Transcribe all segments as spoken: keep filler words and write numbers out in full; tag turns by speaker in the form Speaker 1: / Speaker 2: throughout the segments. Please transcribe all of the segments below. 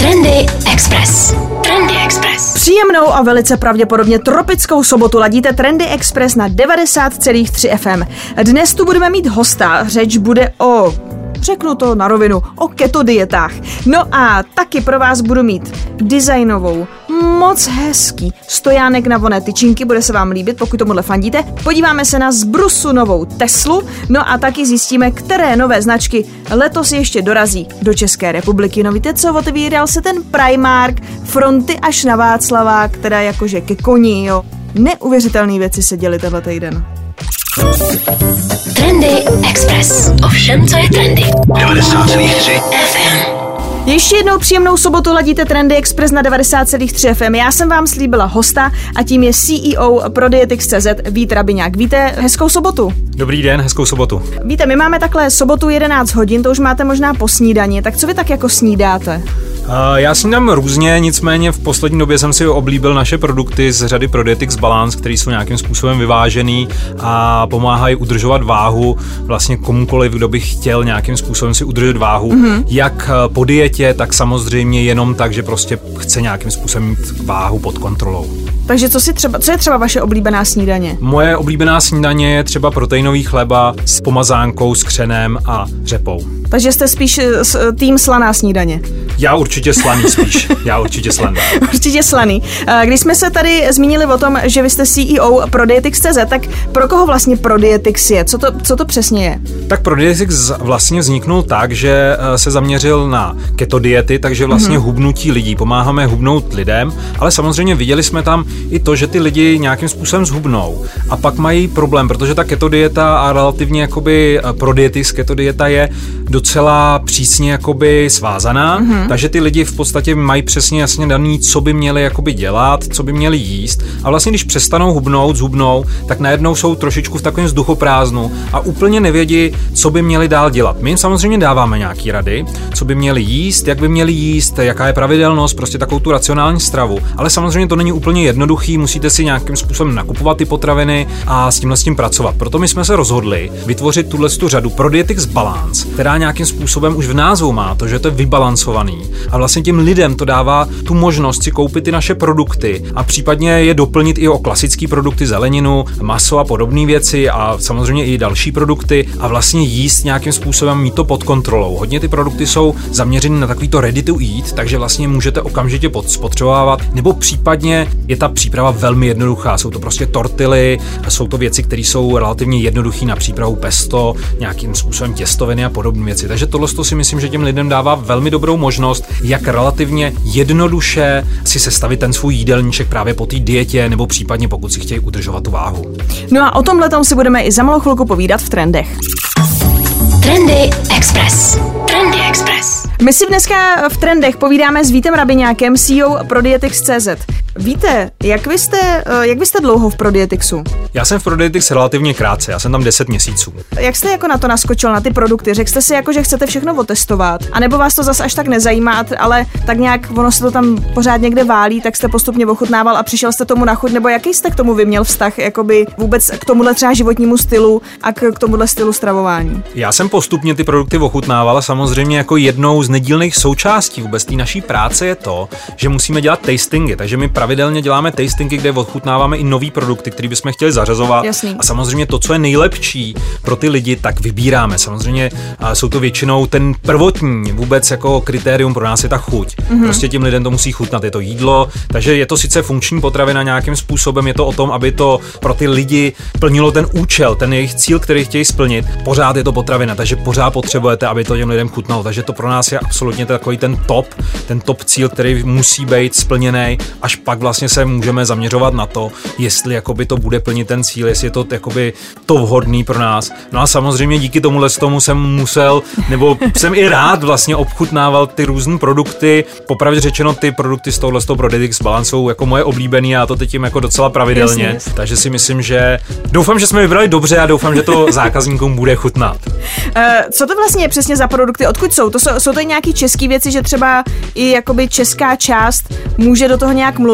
Speaker 1: Trendy Express. Trendy Express.
Speaker 2: Příjemnou a velice pravděpodobně tropickou sobotu ladíte Trendy Express na devadesát celá tři F M. Dnes tu budeme mít hosta, řeč bude o... Řeknu to na rovinu, o keto dietách. No a taky pro vás budu mít designovou, moc hezký stojánek na voné tyčinky, bude se vám líbit, pokud tomuhle fandíte. Podíváme se na zbrusu novou Teslu, no a taky zjistíme, které nové značky letos ještě dorazí do České republiky. No víte co, otevíral se ten Primark, fronty až na Václavák, teda jakože ke koni, jo. Neuvěřitelné věci se děly tenhle týden.
Speaker 1: Trendy Express. O všem, co je trendy.
Speaker 3: devadesát celá tři
Speaker 1: F M.
Speaker 2: Ještě jednou příjemnou sobotu ladíte Trendy Express na devadesát celá tři F M. Já jsem vám slíbila hosta a tím je C E O Prodietics tečka cé zet Vít Rabiňák. Víte, hezkou sobotu.
Speaker 4: Dobrý den, hezkou sobotu.
Speaker 2: Víte, my máme takhle sobotu jedenáct hodin, to už máte možná po snídani, tak co vy tak jako snídáte?
Speaker 4: Uh, já snídám různě, nicméně v poslední době jsem si oblíbil naše produkty z řady Prodietics Balance, které jsou nějakým způsobem vyvážený a pomáhají udržovat váhu vlastně komukoliv, kdo by chtěl nějakým způsobem si udržet váhu, mm-hmm. jak po dietě, tak samozřejmě jenom tak, že prostě chce nějakým způsobem mít váhu pod kontrolou.
Speaker 2: Takže co, si třeba, co je třeba vaše oblíbená snídaně?
Speaker 4: Moje oblíbená snídaně je třeba proteinový chleba s pomazánkou, s křenem a řepou.
Speaker 2: Takže jste spíš tým slaná snídaně?
Speaker 4: Já určitě slaný spíš. Já určitě slaný.
Speaker 2: Určitě slaný. Když jsme se tady zmínili o tom, že vy jste C E O Prodietics tečka cé zet, tak pro koho vlastně Prodietics je? Co to, co to přesně je?
Speaker 4: Tak Prodietics vlastně vzniknul tak, že se zaměřil na keto diety, takže vlastně mm-hmm. hubnutí lidí. Pomáháme hubnout lidem, ale samozřejmě viděli jsme tam i to, že ty lidi nějakým způsobem zhubnou a pak mají problém, protože ta keto dieta a relativně jakoby Prodietics keto dieta je docela přísně jakoby svázaná, mm-hmm. takže ty lidi v podstatě mají přesně jasně daný, co by měli jakoby dělat, co by měli jíst a vlastně když přestanou hubnout, zhubnou, tak najednou jsou trošičku v takovém vzduchoprázdnu a úplně nevědí, co by měli dál dělat. My jim samozřejmě dáváme nějaký rady, co by měli jíst, jak by měli jíst, jaká je pravidelnost, prostě takovou tu racionální stravu, ale samozřejmě to není úplně jednoduchý, musíte si nějakým způsobem nakupovat ty potraviny a s tímhle s tím pracovat. Proto my jsme se rozhodli vytvořit tuhle tu řadu Prodietics Balance, která nějakým způsobem už v názvu má to, že to je vybalancovaný. A vlastně těm lidem to dává tu možnost si koupit ty naše produkty a případně je doplnit i o klasické produkty, zeleninu, maso a podobné věci a samozřejmě i další produkty a vlastně jíst nějakým způsobem, mít to pod kontrolou. Hodně ty produkty jsou zaměřeny na takový to ready to eat, takže vlastně můžete okamžitě spotřebovávat, nebo případně je ta příprava velmi jednoduchá. Jsou to prostě tortily, jsou to věci, které jsou relativně jednoduché na přípravu pesto, nějakým způsobem těstoviny a podobné věci. Takže tohle si myslím, že těm lidem dává velmi dobrou možnost, jak relativně jednoduše si sestavit ten svůj jídelníček právě po té dietě, nebo případně pokud si chtějí udržovat tu váhu.
Speaker 2: No a o tomhletom si budeme i za malou chvilku povídat v Trendech.
Speaker 1: Trendy Express. Trendy Express.
Speaker 2: My si dneska v Trendech povídáme s Vítem Rabiňákem, C E O Prodietics tečka cé zet. Víte, jak vy jste, jak vy jste dlouho v Prodieticsu?
Speaker 4: Já jsem v Prodietics relativně krátce, já jsem tam deset měsíců.
Speaker 2: Jak jste jako na to naskočil, na ty produkty? Řekl jste si jako, že chcete všechno otestovat? A nebo vás to zas až tak nezajímá, ale tak nějak ono se to tam pořád někde válí, tak jste postupně ochutnával a přišel jste tomu na chuť, nebo jaký jste k tomu vyměl vztah, jakoby vůbec k tomuhle třeba životnímu stylu a k, k tomuhle stylu stravování?
Speaker 4: Já jsem postupně ty produkty ochutnával a samozřejmě jako jednou z nedílných součástí vůbec té naší práce je to, že musíme dělat tastingy, takže my pravidelně děláme tastingy, kde ochutnáváme i nový produkty, které bychom chtěli zařazovat.
Speaker 2: Jasný.
Speaker 4: A samozřejmě to, co je nejlepší pro ty lidi, tak vybíráme. Samozřejmě jsou to většinou ten prvotní vůbec jako kritérium pro nás je ta chuť. Mm-hmm. Prostě těm lidem to musí chutnat, je to jídlo, takže je to sice funkční potravina nějakým způsobem, je to o tom, aby to pro ty lidi plnilo ten účel, ten jejich cíl, který chtějí splnit. Pořád je to potravina, takže pořád potřebujete, aby to těm lidem chutnalo. Takže to pro nás je absolutně takový ten top, ten top cíl, který musí být splněný, až pak vlastně se můžeme zaměřovat na to, jestli jakoby to bude plnit ten cíl, jestli je to jakoby to vhodný pro nás. No a samozřejmě díky tomuhle tomu jsem musel, nebo jsem i rád vlastně obchutnával ty různé produkty. Popravdě řečeno, ty produkty z tohohle z toho Prodietics Balance jsou jako moje oblíbený a já to teď jim jako docela pravidelně. Jasně, jasně. Takže si myslím, že doufám, že jsme vybrali dobře a doufám, že to zákazníkům bude chutnat.
Speaker 2: Uh, co to vlastně je přesně za produkty? Odkud jsou? To jsou, jsou to nějaký české věci, že třeba i jakoby česká část může do toho nějak mluvit?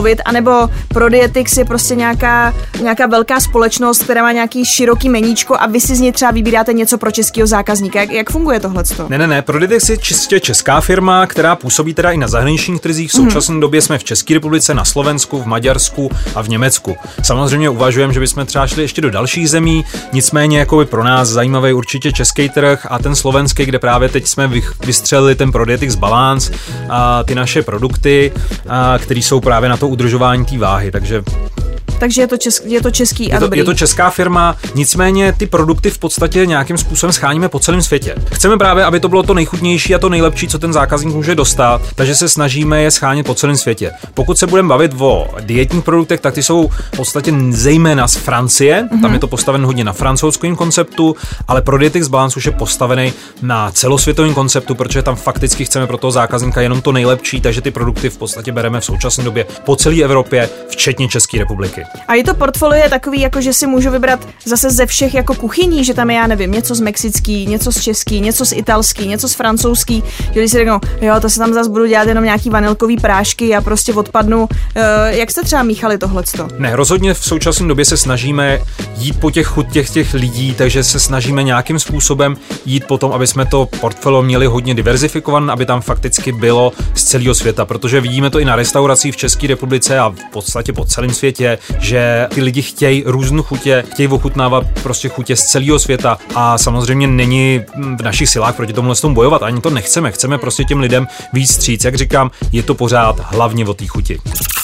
Speaker 2: mluvit, anebo Prodietics je prostě nějaká, nějaká velká společnost, která má nějaký široký meníčko a vy si z něj třeba vybíráte něco pro českého zákazníka. Jak, jak funguje tohleto?
Speaker 4: Ne, ne, ne, Prodietics je čistě česká firma, která působí teda i na zahraničních trzích. V současné mm. době jsme v České republice, na Slovensku, v Maďarsku a v Německu. Samozřejmě uvažujeme, že bychom třeba šli ještě do dalších zemí, nicméně jako by pro nás zajímavý určitě český trh a ten slovenský, kde právě teď jsme vystřelili ten Prodietics Balance a ty naše produkty, které jsou právě na to udržování té váhy, takže
Speaker 2: Takže je to, česk, je to český a
Speaker 4: je to,
Speaker 2: dobrý.
Speaker 4: Je to česká firma, nicméně ty produkty v podstatě nějakým způsobem scháníme po celém světě. Chceme právě, aby to bylo to nejchutnější a to nejlepší, co ten zákazník může dostat, takže se snažíme je schánit po celém světě. Pokud se budeme bavit o dietních produktech, tak ty jsou v podstatě zejména z Francie, mm-hmm. tam je to postaven hodně na francouzském konceptu, ale Prodietics Balance už je postavený na celosvětovém konceptu, protože tam fakticky chceme pro toho zákazníka jenom to nejlepší, takže ty produkty v podstatě bereme v současné době po celé Evropě, včetně České republiky.
Speaker 2: A je to portfolio je takový, jako že si můžu vybrat zase ze všech jako kuchyní, že tam je, já nevím, něco z mexický, něco z český, něco z italský, něco z francouzský, že když si řeknou, jo, to se tam zase budu dělat jenom nějaký vanilkový prášky a prostě odpadnu. E, jak jste třeba míchali tohleto?
Speaker 4: Ne, rozhodně v současné době se snažíme jít po těch chuť těch, těch lidí, takže se snažíme nějakým způsobem jít po tom, aby jsme to portfolio měli hodně diverzifikované, aby tam fakticky bylo z celého světa, protože vidíme to i na restauracích v České republice a v podstatě po celém světě, že ty lidi chtějí různou chutě, chtějí ochutnávat prostě chutě z celého světa a samozřejmě není v našich silách proti tomuhle tomu bojovat, ani to nechceme, chceme prostě těm lidem víc vstříc, jak říkám, je to pořád hlavně o té chuti.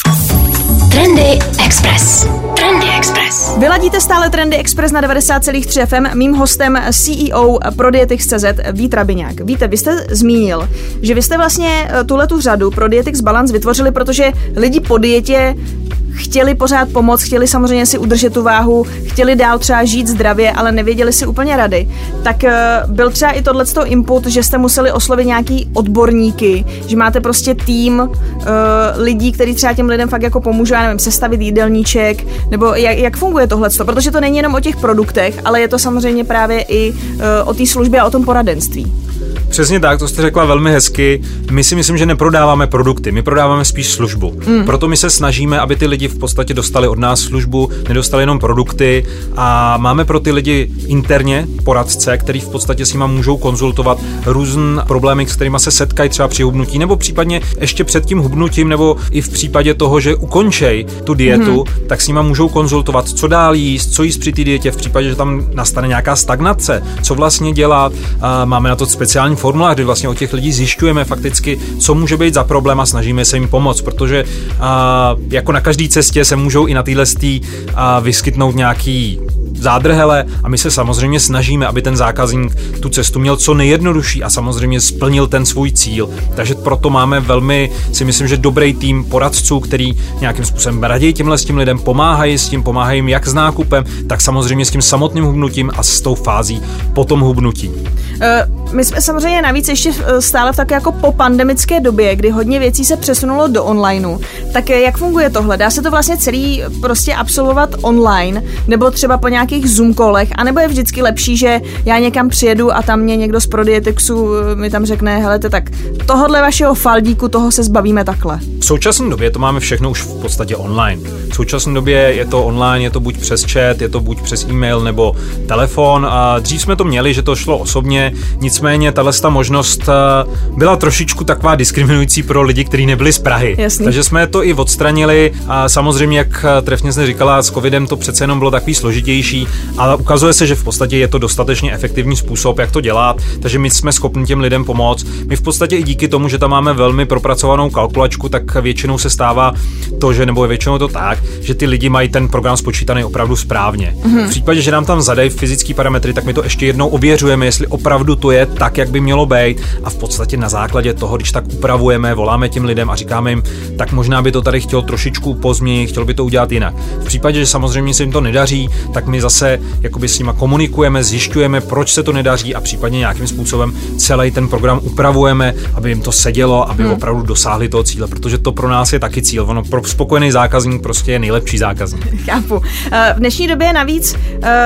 Speaker 1: Trendy Express. Trendy Express.
Speaker 2: Vyladíte stále Trendy Express na devadesát celá tři F M. Mým hostem C E O Prodietics tečka cé zet Vít Rabiňák. Víte, vy jste zmínil, že vy jste vlastně tuhletu řadu Prodietics Balance vytvořili, protože lidi po dietě chtěli pořád pomoct, chtěli samozřejmě si udržet tu váhu, chtěli dál třeba žít zdravě, ale nevěděli si úplně rady. Tak byl třeba i tohleto input, že jste museli oslovit nějaký odborníky, že máte prostě tým uh, lidí, kteří třeba těm lidem fakt jako pomůžou, já nevím, sestavit jídelníček, nebo jak, jak funguje tohleto, protože to není jenom o těch produktech, ale je to samozřejmě právě i uh, o té službě a o tom poradenství.
Speaker 4: Přesně tak, to jste řekla velmi hezky. My si myslím, že neprodáváme produkty, my prodáváme spíš službu. Mm. Proto my se snažíme, aby ty lidi v podstatě dostali od nás službu, nedostali jenom produkty a máme pro ty lidi interně poradce, který v podstatě s nimi můžou konzultovat různé problémy, s kterými se setkají třeba při hubnutí, nebo případně ještě před tím hubnutím, nebo i v případě toho, že ukončej tu dietu, mm. tak s nimi můžou konzultovat, co dál jíst, co jíst při té dietě, v případě, že tam nastane nějaká stagnace, co vlastně dělat. A máme na to speciální formulář, kdy vlastně od těch lidí zjišťujeme fakticky, co může být za problém a snažíme se jim pomoct, protože a, jako na každé cestě se můžou i na téhle stý a, vyskytnout nějaký zádrhele a my se samozřejmě snažíme, aby ten zákazník tu cestu měl co nejjednodušší a samozřejmě splnil ten svůj cíl. Takže proto máme velmi, si myslím, že dobrý tým poradců, který nějakým způsobem radí těmhle s tím lidem, pomáhají s tím, pomáhají jim jak s nákupem, tak samozřejmě s tím samotným hubnutím a s tou fází po tom hubnutí.
Speaker 2: Uh, my jsme samozřejmě navíc ještě stále v také jako po pandemické době, kdy hodně věcí se přesunulo do onlineu. Tak jak funguje tohle? Dá se to vlastně celý prostě absolvovat online, nebo třeba po nějakých Zoom kolech, anebo je vždycky lepší, že já někam přijedu a tam mě někdo z Prodieticsu mi tam řekne, helete, tak tohodle vašeho faldíku, toho se zbavíme takhle.
Speaker 4: V současné době to máme všechno už v podstatě online. V současné době je to online, je to buď přes chat, je to buď přes e-mail nebo telefon. A dřív jsme to měli, že to šlo osobně, nicméně tato možnost byla trošičku taková diskriminující pro lidi, kteří nebyli z Prahy.
Speaker 2: Jasný.
Speaker 4: Takže jsme to i odstranili a samozřejmě, jak trefně jsi říkala, s covidem to přece jenom bylo takový složitější, ale ukazuje se, že v podstatě je to dostatečně efektivní způsob, jak to dělat, takže my jsme schopni těm lidem pomoct. My v podstatě i díky tomu, že tam máme velmi propracovanou kalkulačku, tak většinou se stává to, že nebo většinou to tak, že ty lidi mají ten program spočítaný opravdu správně. Mm-hmm. V případě, že nám tam zadají fyzické parametry, tak my to ještě jednou ověřujeme, jestli opravdu to je tak, jak by mělo být, a v podstatě na základě toho, když tak upravujeme, voláme těm lidem a říkáme jim, tak možná by to tady chtěl trošičku pozměnit, chtěl by to udělat jinak. V případě, že samozřejmě se jim to nedaří, tak my zase jakoby s nima komunikujeme, zjišťujeme, proč se to nedaří a případně nějakým způsobem celý ten program upravujeme, aby jim to sedělo, aby hmm. opravdu dosáhli toho cíle, protože to pro nás je taky cíl. Ono pro spokojený zákazník prostě je nejlepší zákazník.
Speaker 2: Chápu. V dnešní době je navíc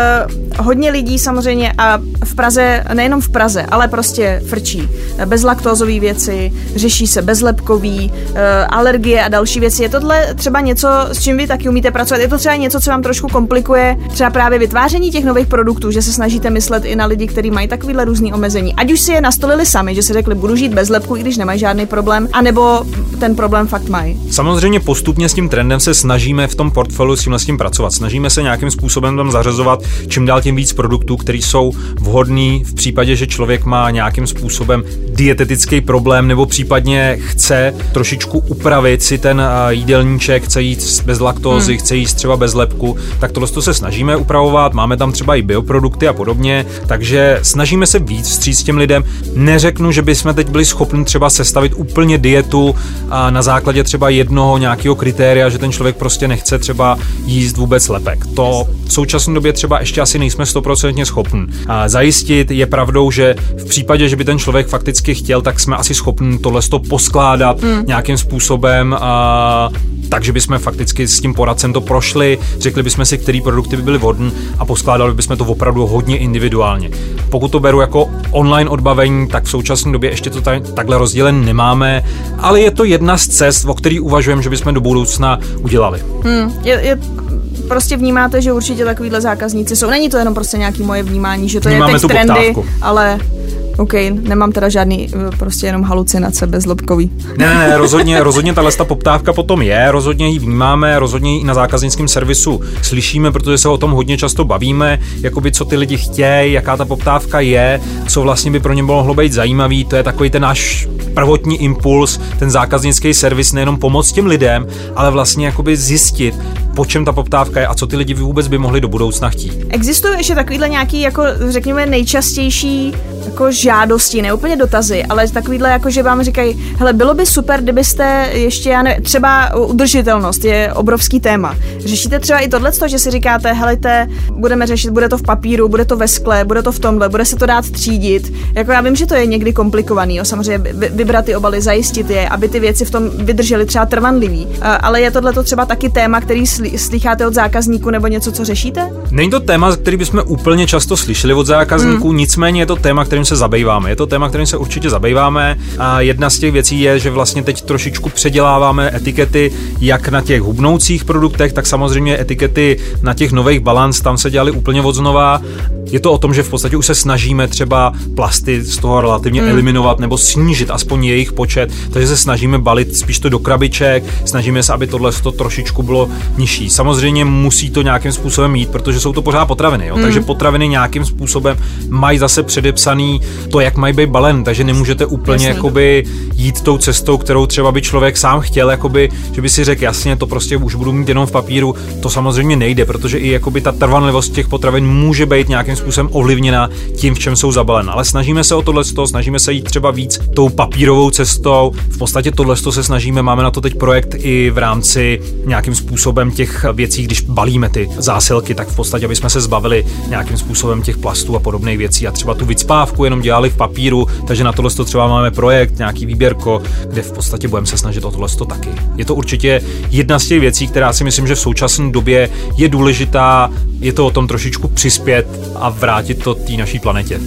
Speaker 2: uh, hodně lidí samozřejmě a v Praze, nejenom v Praze, ale prostě frčí. Bezlaktózové věci, řeší se bezlepkový, uh, alergie a další věci. Je tohle třeba něco, s čím vy taky umíte pracovat? Je to třeba něco, co vám trošku komplikuje třeba právě vytváření těch nových produktů, že se snažíte myslet i na lidi, kteří mají takovýhle různý omezení. Ať už si je nastolili sami, že si řekli, budu žít bez lepku, i když nemají žádný problém, anebo ten problém fakt mají.
Speaker 4: Samozřejmě postupně s tím trendem se snažíme v tom portfoliu s tím, s tím pracovat. Snažíme se nějakým způsobem tam zařazovat čím dál tím víc produktů, které jsou vhodný v případě, že člověk má nějakým způsobem dietetický problém nebo případně chce trošičku upravit si ten jídelníček, chce jít bez laktózy, hmm. chce jíst třeba bez lepku, tak tohle se snažíme upravovat. Máme tam třeba i bioprodukty a podobně, takže snažíme se víc vstříct těm lidem. Neřeknu, že bychom teď byli schopni třeba sestavit úplně dietu a na základě třeba jednoho nějakého kritéria, že ten člověk prostě nechce třeba jíst vůbec lepek. To v současné době třeba ještě asi nejsme stoprocentně schopni zajistit. Je pravdou, že v případě, že by ten člověk fakticky chtěl, tak jsme asi schopni tohle poskládat hmm. nějakým způsobem, a, takže bychom fakticky s tím poradcem to prošli, řekli bychom si, který produkty by byly vhodné a poskládali bychom to opravdu hodně individuálně. Pokud to beru jako online odbavení, tak v současné době ještě to tady, takhle rozdělen nemáme, ale je to jedna z cest, o který uvažujeme, že bychom do budoucna udělali.
Speaker 2: Hmm, je, je... Prostě vnímáte, že určitě takovýhle zákazníci jsou. Není to jenom prostě nějaký moje vnímání, že to Vnímáme je teď trendy, poptávku. Ale OK, nemám teda žádný prostě jenom halucinace bezlepkový.
Speaker 4: Ne, ne, ne, rozhodně, rozhodně tahle ta poptávka potom je, rozhodně ji vnímáme, rozhodně ji i na zákaznickém servisu slyšíme, protože se o tom hodně často bavíme, jakoby co ty lidi chtějí, jaká ta poptávka je, co vlastně by pro ně mohlo být zajímavý, to je takový ten náš prvotní impuls, ten zákaznický servis, nejenom pomoct těm lidem, ale vlastně jakoby zjistit, po čem ta poptávka je a co ty lidi vůbec by mohli do budoucna chtít.
Speaker 2: Existují ještě takovýhle nějaký, jako řekněme, nejčastější jako žádosti, ne úplně dotazy, ale takovýhle, jako že vám říkají, hele, bylo by super, kdybyste ještě, já nevím, třeba udržitelnost je obrovský téma. Řešíte třeba i tohleto, že si říkáte, helejte, budeme řešit, bude to v papíru, bude to ve skle, bude to v tomhle, bude se to dát třídit. Jako já vím, že to je někdy komplikovaný, jo, samozřejmě vybrat ty obaly, zajistit je, aby ty věci v tom vydržely třeba trvanlivý. Ale je tohleto třeba taky téma, který slycháte od zákazníků nebo něco, co řešíte?
Speaker 4: Není to téma, který bychom úplně často slyšeli od zákazníků, hmm. nicméně je to téma, kterým se zabýváme. Je to téma, kterým se určitě zabýváme a jedna z těch věcí je, že vlastně teď trošičku předěláváme etikety jak na těch hubnoucích produktech, tak samozřejmě etikety na těch nových balans, tam se dělaly úplně od znova. Je to o tom, že v podstatě už se snažíme třeba plasty z toho relativně hmm. eliminovat nebo snížit aspoň jejich počet, takže se snažíme balit spíš to do krabiček, snažíme se, aby tohle to trošičku bylo nižší. Samozřejmě musí to nějakým způsobem jít, protože jsou to pořád potraviny, jo? Hmm. Takže potraviny nějakým způsobem mají zase předepsaný to, jak mají být balen, takže nemůžete úplně jakoby jít tou cestou, kterou třeba by člověk sám chtěl, jakoby, že by si řekl, jasně, to prostě už budu mít jenom v papíru, to samozřejmě nejde, protože i jakoby ta trvanlivost těch potravin může být nějakým způsobem ovlivněna tím, v čem jsou zabalené. Ale snažíme se o tohle, snažíme se jít třeba víc tou papírovou cestou. V podstatě tohle se snažíme, máme na to teď projekt i v rámci nějakým způsobem těch věcí, když balíme ty zásilky, tak v podstatě, aby jsme se zbavili nějakým způsobem těch plastů a podobných věcí a třeba tu vycpávku jenom dělali v papíru, takže na tohle třeba máme projekt, nějaký výběrko, kde v podstatě budeme se snažit o tohle taky. Je to určitě jedna z těch věcí, která si myslím, že v současné době je důležitá, je to o tom trošičku přispět a vrátit to té naší planetě.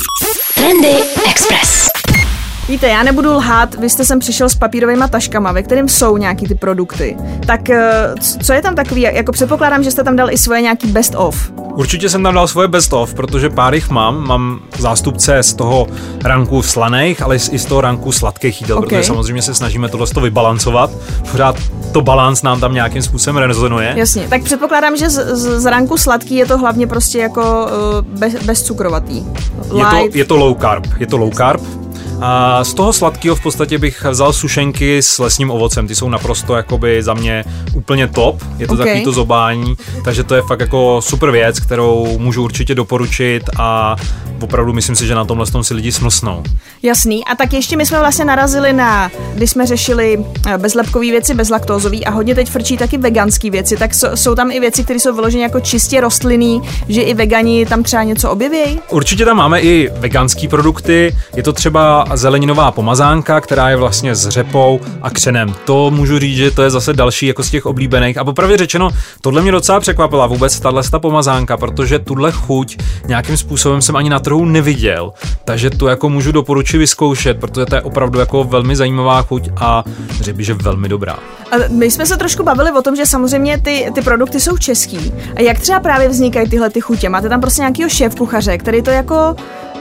Speaker 1: Trendy Express.
Speaker 2: Víte, já nebudu lhát, vy jste sem přišel s papírovými taškama, ve kterým jsou nějaký ty produkty. Tak co je tam takový, jako předpokládám, že jste tam dal i svoje nějaký best of.
Speaker 4: Určitě jsem tam dal svoje best of, protože pár jich mám. Mám zástupce z toho ranku slaných, ale i z toho ranku sladkých jídel, okay. Protože samozřejmě se snažíme tohle vybalancovat. Pořád to balans nám tam nějakým způsobem rezonuje.
Speaker 2: Jasně, tak předpokládám, že z, z, z ranku sladký je to hlavně prostě jako uh, bez, bezcukrovatý.
Speaker 4: Je to, je to low carb, je to low carb. A z toho sladkého v podstatě bych vzal sušenky s lesním ovocem, ty jsou naprosto jakoby za mě úplně top, je to okay. Takový to zobání, takže to je fakt jako super věc, kterou můžu určitě doporučit a opravdu myslím si, že na tomhle tom si lidi smlsnou.
Speaker 2: Jasný. A tak ještě my jsme vlastně narazili na, když jsme řešili bezlepkové věci, bezlaktózové a hodně teď frčí taky veganské věci, tak jsou tam i věci, které jsou vyložené jako čistě rostlinný, že i vegani tam třeba něco objeví?
Speaker 4: Určitě tam máme i veganské produkty, je to třeba zeleninová pomazánka, která je vlastně s řepou a křenem. To můžu říct, že to je zase další jako z těch oblíbených. A popravdě řečeno, tohle mě docela překvapila vůbec tahle pomazánka, protože tuhle chuť nějakým způsobem jsem ani na trhu neviděl. Takže to jako můžu doporučit vyzkoušet, protože to je opravdu jako velmi zajímavá chuť a řekl bych, že velmi dobrá.
Speaker 2: A my jsme se trošku bavili o tom, že samozřejmě ty, ty produkty jsou český. A jak třeba právě vznikají tyhle ty chutě? Máte tam prostě nějakýho šéfkuchaře, který to jako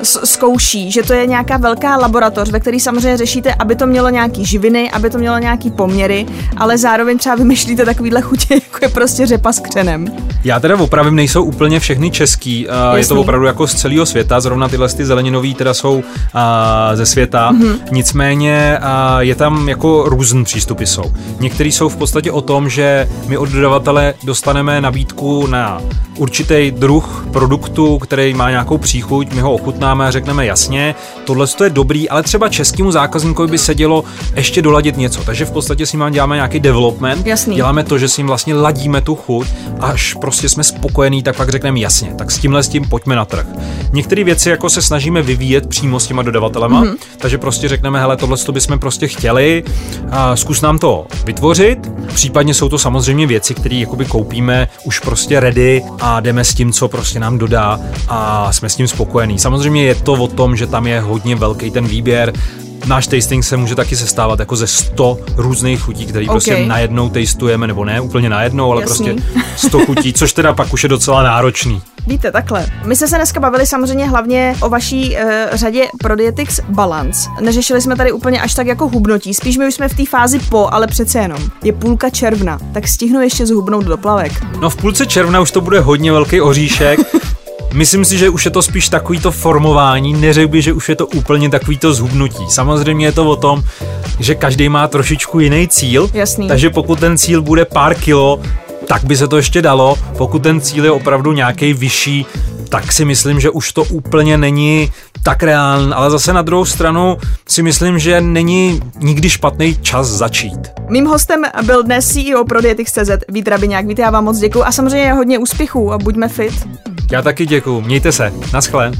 Speaker 2: zkouší, že to je nějaká velká laboratoř, ve který samozřejmě řešíte, aby to mělo nějaký živiny, aby to mělo nějaký poměry, ale zároveň třeba vymýšlíte takovýhle chutě, jako je prostě řepa s křenem.
Speaker 4: Já teda opravím, nejsou úplně všechny český, uh, je to opravdu jako z celého světa, zrovna tyhle ty zeleninový teda jsou uh, ze světa, mm-hmm. nicméně uh, je tam jako různý přístupy jsou. Některý jsou v podstatě o tom, že my od dodavatele dostaneme nabídku na určitý druh produktu, který má nějakou příchuť, my ho ochutnáme a řekneme jasně, tohle je dobrý, ale třeba českému zákazníkovi by se dělo ještě doladit něco, takže v podstatě s ním děláme nějaký development,
Speaker 2: Jasný.
Speaker 4: děláme to, že s ním vlastně ladíme tu chuť, až prostě jsme spokojení, tak pak řekneme jasně, tak s tímhle s tím pojďme na trh. Některé věci jako se snažíme vyvíjet přímo s těma dodavatelema, mm-hmm. takže prostě řekneme, hele, tohle bychom prostě chtěli, a zkus nám to vytvořit, případně jsou to samozřejmě věci, které jakoby koupíme už prostě ready a jdeme s tím, co prostě nám dodá a jsme s tím spokojení. Samozřejmě je to o tom, že tam je hodně velký ten výběr. Náš tasting se může taky sestávat jako ze sto různých chutí, které okay. prostě najednou tastujeme, nebo ne úplně najednou, ale
Speaker 2: Jasný.
Speaker 4: prostě sto chutí, což teda pak už je docela náročný.
Speaker 2: Víte, takhle. My jsme se dneska bavili samozřejmě hlavně o vaší e, řadě Prodietics Balance. Neřešili jsme tady úplně až tak jako hubnutí, spíš my už jsme v té fázi po, ale přece jenom. Je půlka června, tak stihnu ještě zhubnout do plavek.
Speaker 4: No v půlce června už to bude hodně velký oříšek. Myslím si, že už je to spíš takovýto formování, neřekl bych, že už je to úplně takovýto zhubnutí. Samozřejmě je to o tom, že každý má trošičku jiný cíl,
Speaker 2: Jasný.
Speaker 4: takže pokud ten cíl bude pár kilo, tak by se to ještě dalo, pokud ten cíl je opravdu nějaký vyšší, tak si myslím, že už to úplně není tak reálný, ale zase na druhou stranu si myslím, že není nikdy špatný čas začít. Mým
Speaker 2: hostem byl dnes C E O Prodietics tečka cé zet Vít Rabiňák. Víte, já vám moc děkuju a samozřejmě hodně úspěchů a buďme fit.
Speaker 4: Já taky děkuju, mějte se, naschle.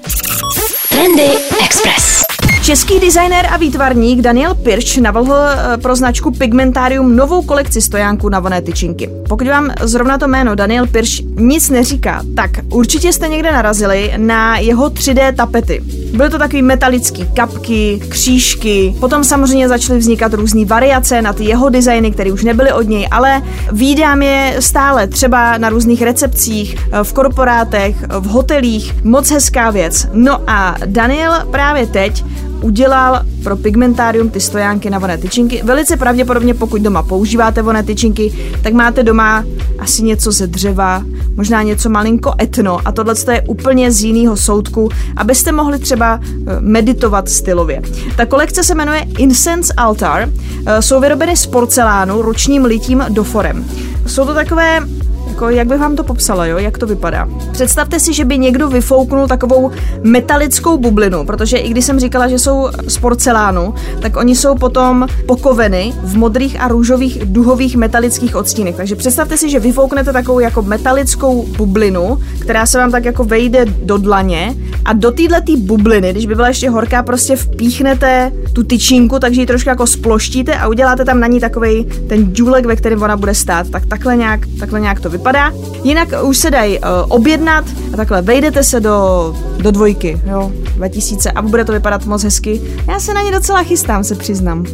Speaker 1: Trendy Express.
Speaker 2: Český designér a výtvarník Daniel Pirš navrhl pro značku Pigmentarium novou kolekci stojánků na vonné tyčinky. Pokud vám zrovna to jméno Daniel Pirš nic neříká, tak určitě jste někde narazili na jeho tři dé tapety. Byly to takový metalický kapky, křížky, potom samozřejmě začaly vznikat různé variace na ty jeho designy, které už nebyly od něj, ale vídám je stále třeba na různých recepcích, v korporátech, v hotelích, moc hezká věc. No a Daniel právě teď udělal pro Pigmentarium ty stojánky na vonné tyčinky. Velice pravděpodobně, pokud doma používáte vonné tyčinky, tak máte doma asi něco ze dřeva, možná něco malinko etno a tohle je úplně z jiného soudku, abyste mohli třeba meditovat stylově. Ta kolekce se jmenuje Incense Altar, jsou vyrobeny z porcelánu ručním litím do forem. Jsou to takové, jako, jak bych vám to popsala, jo? Jak to vypadá? Představte si, že by někdo vyfouknul takovou metalickou bublinu, protože i když jsem říkala, že jsou z porcelánu, tak oni jsou potom pokoveny v modrých a růžových duhových metalických odstínech. Takže představte si, že vyfouknete takovou jako metalickou bublinu, která se vám tak jako vejde do dlaně a do této bubliny, když by byla ještě horká, prostě vpíchnete tu tyčinku, takže ji trošku jako sploštíte a uděláte tam na ní takovej ten důlek, ve kterém ona bude stát. Tak takhle nějak, takhle nějak to vypadá. Jinak už se dají uh, objednat a takhle vejdete se do, do dvojky, jo, dva tisíce a bude to vypadat moc hezky. Já se na ně docela chystám, se přiznám.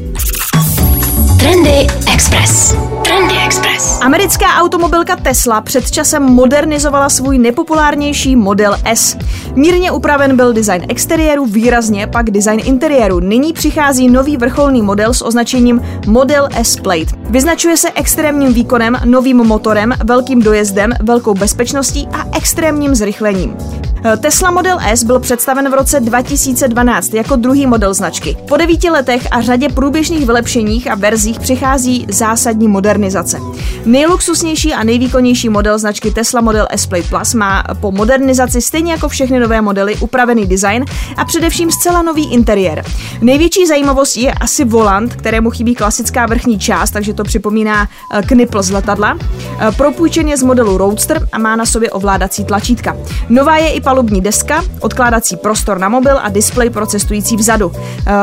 Speaker 1: Trendy Express. Trendy Express.
Speaker 2: Americká automobilka Tesla před časem modernizovala svůj nepopulárnější Model S. Mírně upraven byl design exteriéru, výrazně pak design interiéru. Nyní přichází nový vrcholný model s označením Model S Plate. Vyznačuje se extrémním výkonem, novým motorem, velkým dojezdem, velkou bezpečností a extrémním zrychlením. Tesla Model S byl představen v roce dva tisíce dvanáct jako druhý model značky. Po devíti letech a řadě průběžných vylepšeních a verzích přichází zásadní modernizace. modernizace. Nejluxusnější a nejvýkonnější model značky Tesla Model S Plaid Plus má po modernizaci stejně jako všechny nové modely upravený design a především zcela nový interiér. Největší zajímavost je asi volant, kterému chybí klasická vrchní část, takže to připomíná knipl z letadla. Propůjčen je z modelu Roadster a má na sobě ovládací tlačítka. Nová je i palubní deska, odkládací prostor na mobil a displej pro cestující vzadu.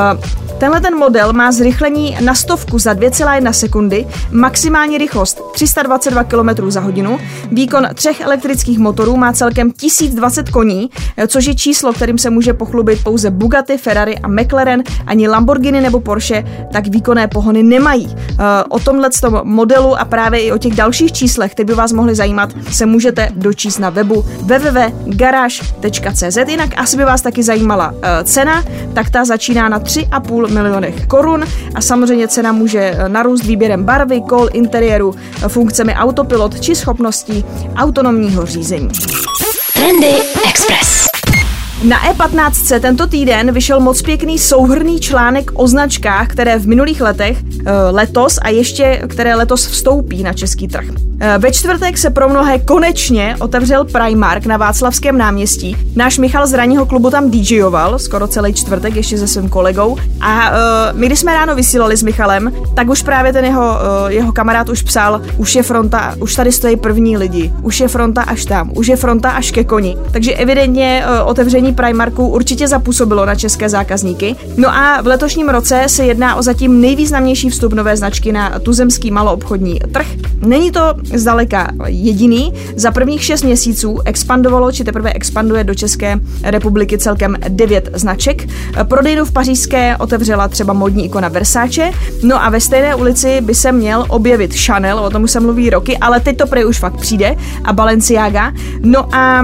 Speaker 2: Tenhle ten model má zrychlení na stovku za dvě celá jedna sekundy, maximální rychlost tři sta dvacet dva kilometrů za hodinu, výkon třech elektrických motorů má celkem tisíc dvacet koní, což je číslo, kterým se může pochlubit pouze Bugatti, Ferrari a McLaren, ani Lamborghini nebo Porsche tak výkonné pohony nemají. O tomhletom modelu a právě i o těch dalších číslech, které by vás mohly zajímat, se můžete dočíst na webu w w w tečka garage tečka c z. Jinak asi by vás taky zajímala cena, tak ta začíná na tři a půl milionech korun a samozřejmě cena může narůst výběrem barvy, kol, interiéru, funkcemi autopilot či schopností autonomního řízení.
Speaker 1: Trendy Express.
Speaker 2: Na E patnáct tento týden vyšel moc pěkný souhrnný článek o značkách, které v minulých letech, letos a ještě které letos vstoupí na český trh. Ve čtvrtek se pro mnohé konečně otevřel Primark na Václavském náměstí. Náš Michal z ranního klubu tam DJoval skoro celý čtvrtek ještě se svým kolegou a uh, my když jsme ráno vysílali s Michalem, tak už právě ten jeho, uh, jeho kamarád už psal, už je fronta, už tady stojí první lidi, už je fronta až tam, už je fronta až ke koni. Takže evidentně uh, otevření Primarku určitě zapůsobilo na české zákazníky. No a v letošním roce se jedná o zatím nejvýznamnější vstup nové značky na tuzemský maloobchodní trh. Není to zdaleka jediný. Za prvních šest měsíců expandovalo, či teprve expanduje do České republiky celkem devět značek. Prodejnu v pařížské otevřela třeba modní ikona Versace, no a ve stejné ulici by se měl objevit Chanel, o tom už se mluví roky, ale teď to prej už fakt přijde, a Balenciaga. No a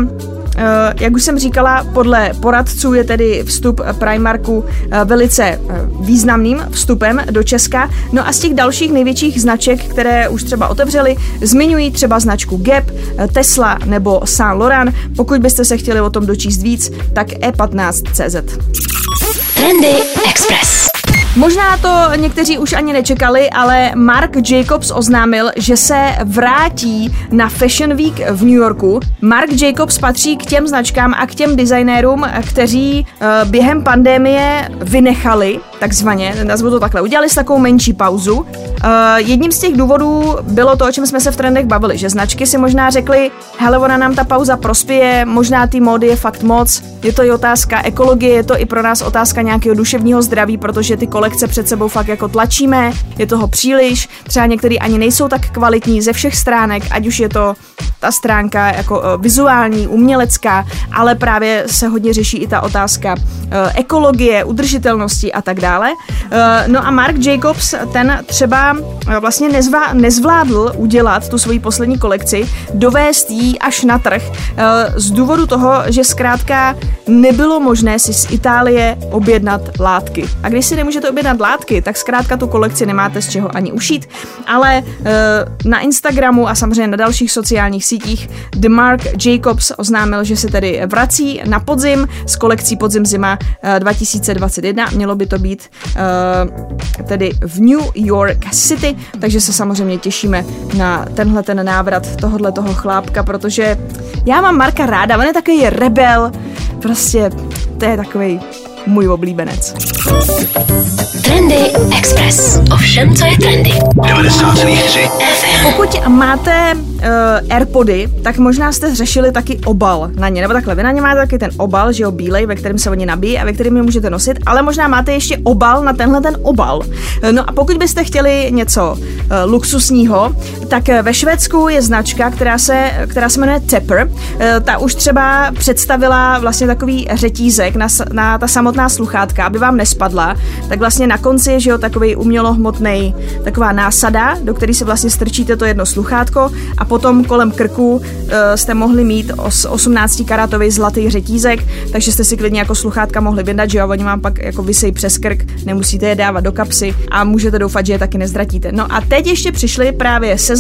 Speaker 2: jak už jsem říkala, podle poradců je tedy vstup Primarku velice významným vstupem do Česka. No a z těch dalších největších značek, které už třeba otevřely, zmiňují třeba značku Gap, Tesla nebo Saint Laurent. Pokud byste se chtěli o tom dočíst víc, tak e patnáct tečka cé zet.
Speaker 1: Trendy Express.
Speaker 2: Možná to někteří už ani nečekali, ale Marc Jacobs oznámil, že se vrátí na Fashion Week v New Yorku. Marc Jacobs patří k těm značkám a k těm designérům, kteří uh, během pandemie vynechali, takzvaně, nazvu to takhle, udělali si takovou menší pauzu. Uh, jedním z těch důvodů bylo to, o čem jsme se v trendech bavili, že značky si možná řekly, hele, ona nám ta pauza prospěje, možná ty módy je fakt moc, je to i otázka ekologie, je to i pro nás otázka nějakého duševního zdraví, protože ty kolekce před sebou fakt jako tlačíme, je toho příliš, třeba některý ani nejsou tak kvalitní ze všech stránek, ať už je to ta stránka jako uh, vizuální, umělecká, ale právě se hodně řeší i ta otázka uh, ekologie, udržitelnosti a tak dále. Uh, no a Marc Jacobs, ten třeba uh, vlastně nezvá, nezvládl udělat tu svoji poslední kolekci, dovést ji až na trh uh, z důvodu toho, že zkrátka nebylo možné si z Itálie objednat látky. A když si nemůžete objednat látky, tak zkrátka tu kolekci nemáte z čeho ani ušít, ale uh, na Instagramu a samozřejmě na dalších sociálních sítích The Marc Jacobs oznámil, že se tedy vrací na podzim s kolekcí podzim zima uh, dva tisíce dvacet jedna. Mělo by to být uh, tedy v New York City, takže se samozřejmě těšíme na tenhle ten návrat tohohle toho chlápka, protože já mám Marka ráda, on je takový rebel, prostě to je takovej můj oblíbenec.
Speaker 1: Trendy Express. Ovšem, co je trendy?
Speaker 3: devadesát celá tři
Speaker 1: ef em.
Speaker 2: Pokud máte uh, AirPody, tak možná jste řešili taky obal na ně, nebo takhle, vy na ně máte taky ten obal, že jo, bílej, ve kterém se oni nabíjí a ve kterém je můžete nosit, ale možná máte ještě obal na tenhle ten obal. No a pokud byste chtěli něco uh, luxusního, tak ve Švédsku je značka, která se, která se jmenuje Tepper. Uh, ta už třeba představila vlastně takový řetízek na, na ta samotná sluchátka, aby vám nespadla, tak vlastně na konci je, že jo, takový umělohmotnej, taková násada, do které si vlastně strčíte to jedno sluchátko a potom kolem krku uh, jste mohli mít os, osmnáctikarátový zlatý řetízek, takže jste si klidně jako sluchátka mohli vyndat, že jo, oni vám pak jako visejí přes krk, nemusíte je dávat do kapsy a můžete doufat, že je taky nezdratíte. No a teď ještě přišli právě se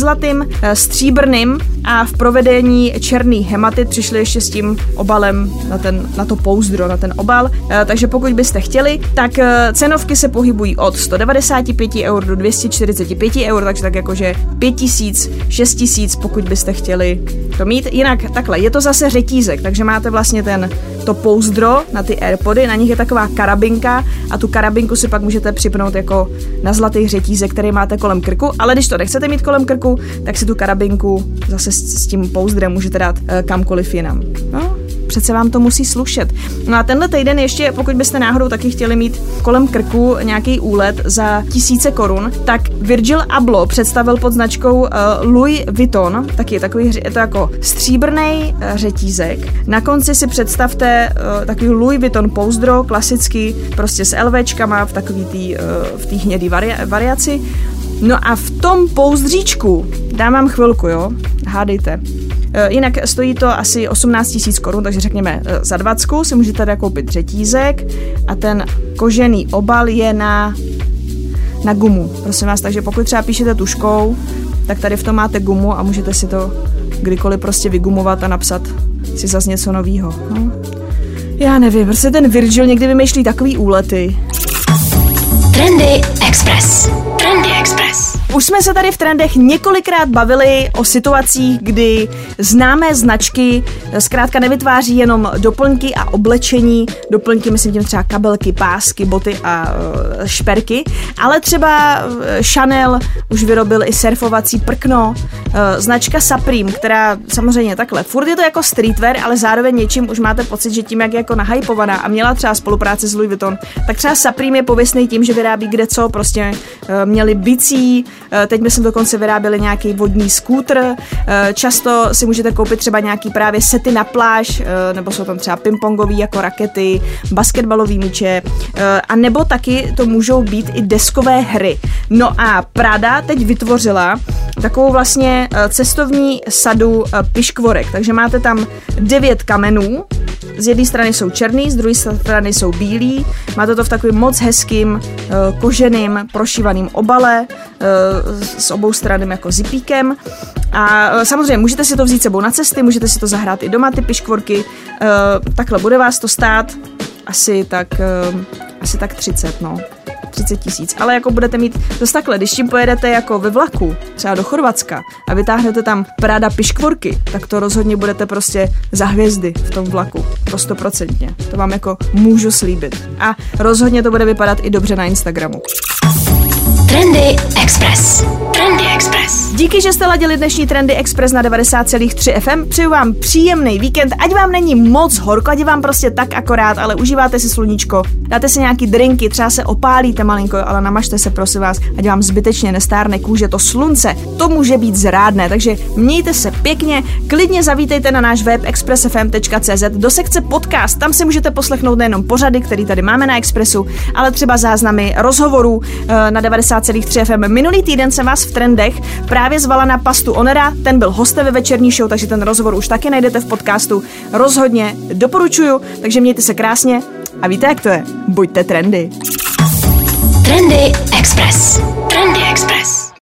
Speaker 2: zlatým, stříbrným a v provedení černý hematit přišli ještě s tím obalem na, ten, na to pouzdro, na ten obal. Takže pokud byste chtěli, tak cenovky se pohybují od sto devadesát pět eur do dvě stě čtyřicet pět eur, takže tak jakože pět tisíc, šest tisíc, pokud byste chtěli to mít. Jinak takhle, je to zase řetízek, takže máte vlastně ten, to pouzdro na ty AirPody, na nich je taková karabinka a tu karabinku si pak můžete připnout jako na zlatý řetízek, který máte kolem krku, ale když to nechcete mít kolem krku, tak si tu karabinku zase s, s tím pouzdrem můžete dát e, kamkoliv jinam. No, přece vám to musí slušet. No a tenhle týden ještě, pokud byste náhodou taky chtěli mít kolem krku nějaký úlet za tisíce korun, tak Virgil Abloh představil pod značkou uh, Louis Vuitton, taky takový, je to jako stříbrný uh, řetízek. Na konci si představte uh, takový Louis Vuitton pouzdro, klasicky, prostě s LVčkama v takový tý, uh, v té hnědý vari- variaci. No a v tom pouzdříčku, dám vám chvilku, jo, hádejte. Jinak stojí to asi osmnáct tisíc korun, takže řekněme za dvacku si můžete tady koupit řetízek a ten kožený obal je na, na gumu, prosím vás, takže pokud třeba píšete tuškou, tak tady v tom máte gumu a můžete si to kdykoliv prostě vygumovat a napsat si zase něco novýho. No. Já nevím, prostě ten Virgil někdy vymýšlí takový úlety.
Speaker 1: Trendy Express. Trendy Express.
Speaker 2: Už jsme se tady v trendech několikrát bavili o situacích, kdy známé značky zkrátka nevytváří jenom doplňky a oblečení, doplňky myslím tím třeba kabelky, pásky, boty a uh, šperky, ale třeba Chanel už vyrobil i surfovací prkno, uh, značka Supreme, která samozřejmě takhle, furt je to jako streetwear, ale zároveň něčím už máte pocit, že tím, jak je jako nahypovaná a měla třeba spolupráci s Louis Vuitton, tak třeba Supreme je pověstný tím, že vyrábí kde co, prostě uh, měli bicí, teď my jsme dokonce vyráběli nějaký vodní skútr, často si můžete koupit třeba nějaký právě sety na pláž, nebo jsou tam třeba pingpongový jako rakety, basketbalový míče, a nebo taky to můžou být i deskové hry. No a Prada teď vytvořila takovou vlastně cestovní sadu piškvorek, takže máte tam devět kamenů, z jedné strany jsou černý, z druhé strany jsou bílí, máte to v takovým moc hezkým koženým prošívaným obale s obou stranami jako zipíkem a samozřejmě můžete si to vzít sebou na cesty, můžete si to zahrát i doma, ty piškvorky, takhle bude vás to stát asi tak, asi tak třicet, no. třicet tisíc, ale jako budete mít dost takhle, když tím pojedete jako ve vlaku, třeba do Chorvatska a vytáhnete tam Prada piškvorky, tak to rozhodně budete prostě za hvězdy v tom vlaku, to stoprocentně, to vám jako můžu slíbit a rozhodně to bude vypadat i dobře na Instagramu.
Speaker 1: Trendy Express. Trendy Express.
Speaker 2: Díky, že jste ladili dnešní Trendy Express na devadesát celá tři ef em. Přeju vám příjemný víkend, ať vám není moc horko, ať vám prostě tak akorát, ale užíváte si sluníčko, dáte si nějaký drinky, třeba se opálíte malinko, ale namažte se prosím vás, ať vám zbytečně nestárne kůže, to slunce, to může být zrádné, takže mějte se pěkně, klidně zavítejte na náš web express f m tečka c z do sekce podcast, tam si můžete poslechnout nejenom pořady, který tady máme na Expressu, ale třeba záznamy rozhovorů na devadesát celá tři ef em. Minulý týden jsem vás v trendech právě zvala na Pastu Onera, ten byl hostem ve večerní show, takže ten rozhovor už taky najdete v podcastu. Rozhodně doporučuju, takže mějte se krásně a víte, jak to je. Buďte trendy.
Speaker 1: Trendy Express. Trendy Express.